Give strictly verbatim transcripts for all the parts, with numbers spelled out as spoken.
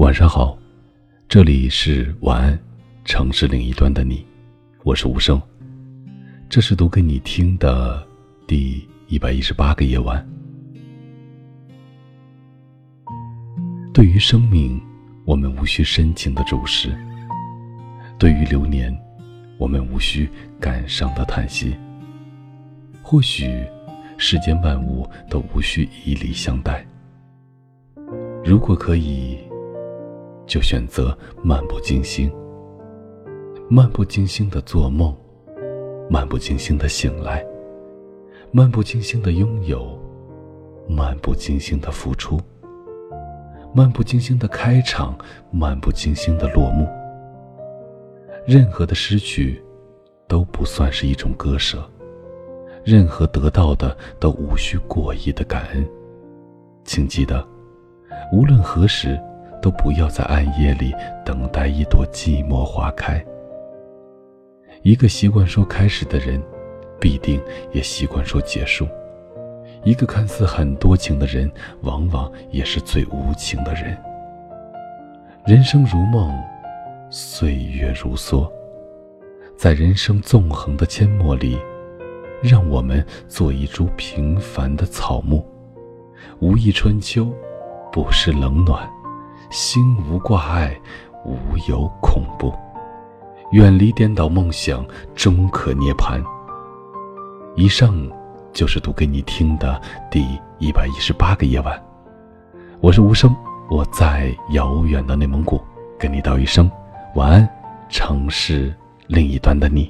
晚上好，这里是晚安城市另一端的你，我是无声。这是读给你听的第一百一十八个夜晚。对于生命，我们无需深情的注视；对于流年，我们无需感伤的叹息。或许世间万物都无需以礼相待，如果可以，就选择漫不经心，漫不经心的做梦，漫不经心的醒来，漫不经心的拥有，漫不经心的付出，漫不经心的开场，漫不经心的落幕。任何的失去都不算是一种割舍，任何得到的都无需过亿的感恩。请记得，无论何时都不要在暗夜里等待一朵寂寞花开。一个习惯说开始的人，必定也习惯说结束。一个看似很多情的人，往往也是最无情的人。人生如梦，岁月如梭，在人生纵横的阡陌里，让我们做一株平凡的草木，无意春秋，不失冷暖，心无挂碍，无有恐怖，远离颠倒梦想，终可涅槃。以上就是读给你听的第一百一十八个夜晚。我是无声，我在遥远的内蒙古，跟你道一声晚安，城市另一端的你。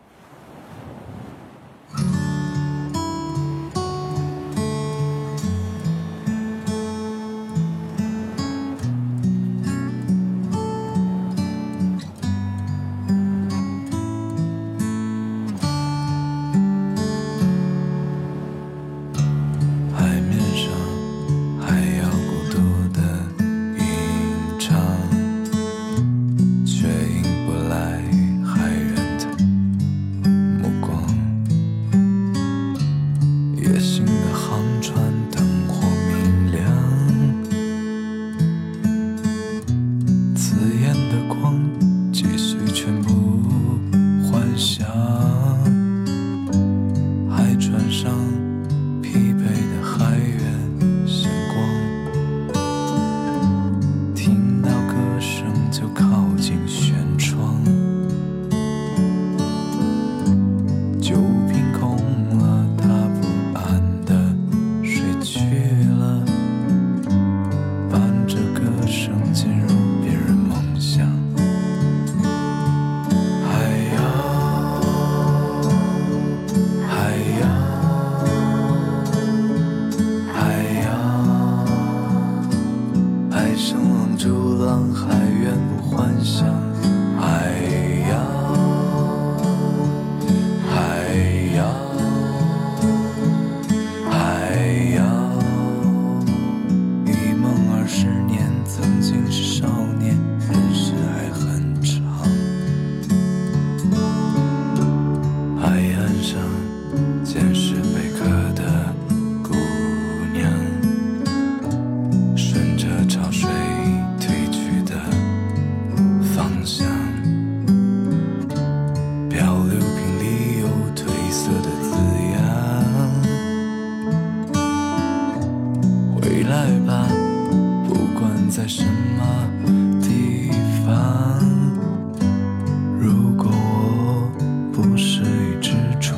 在什么地方？如果我不是一只船，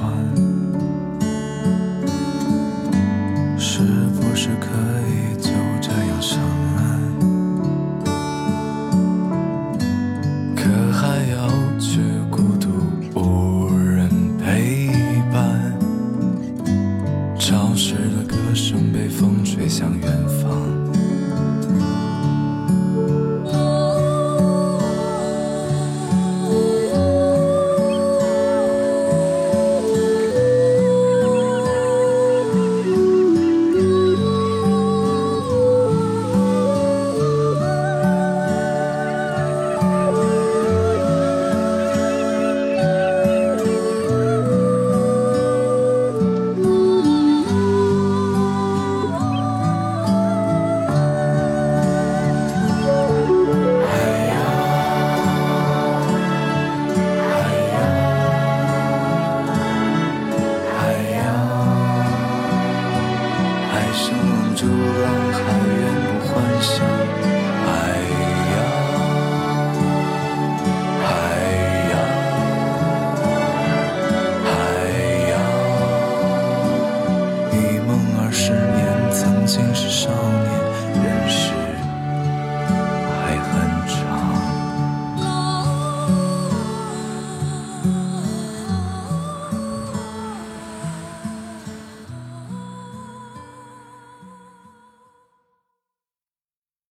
是不是可以就这样上岸？可还要去孤独无人陪伴，潮湿的歌声被风吹向远方。 流浪，还愿不幻想。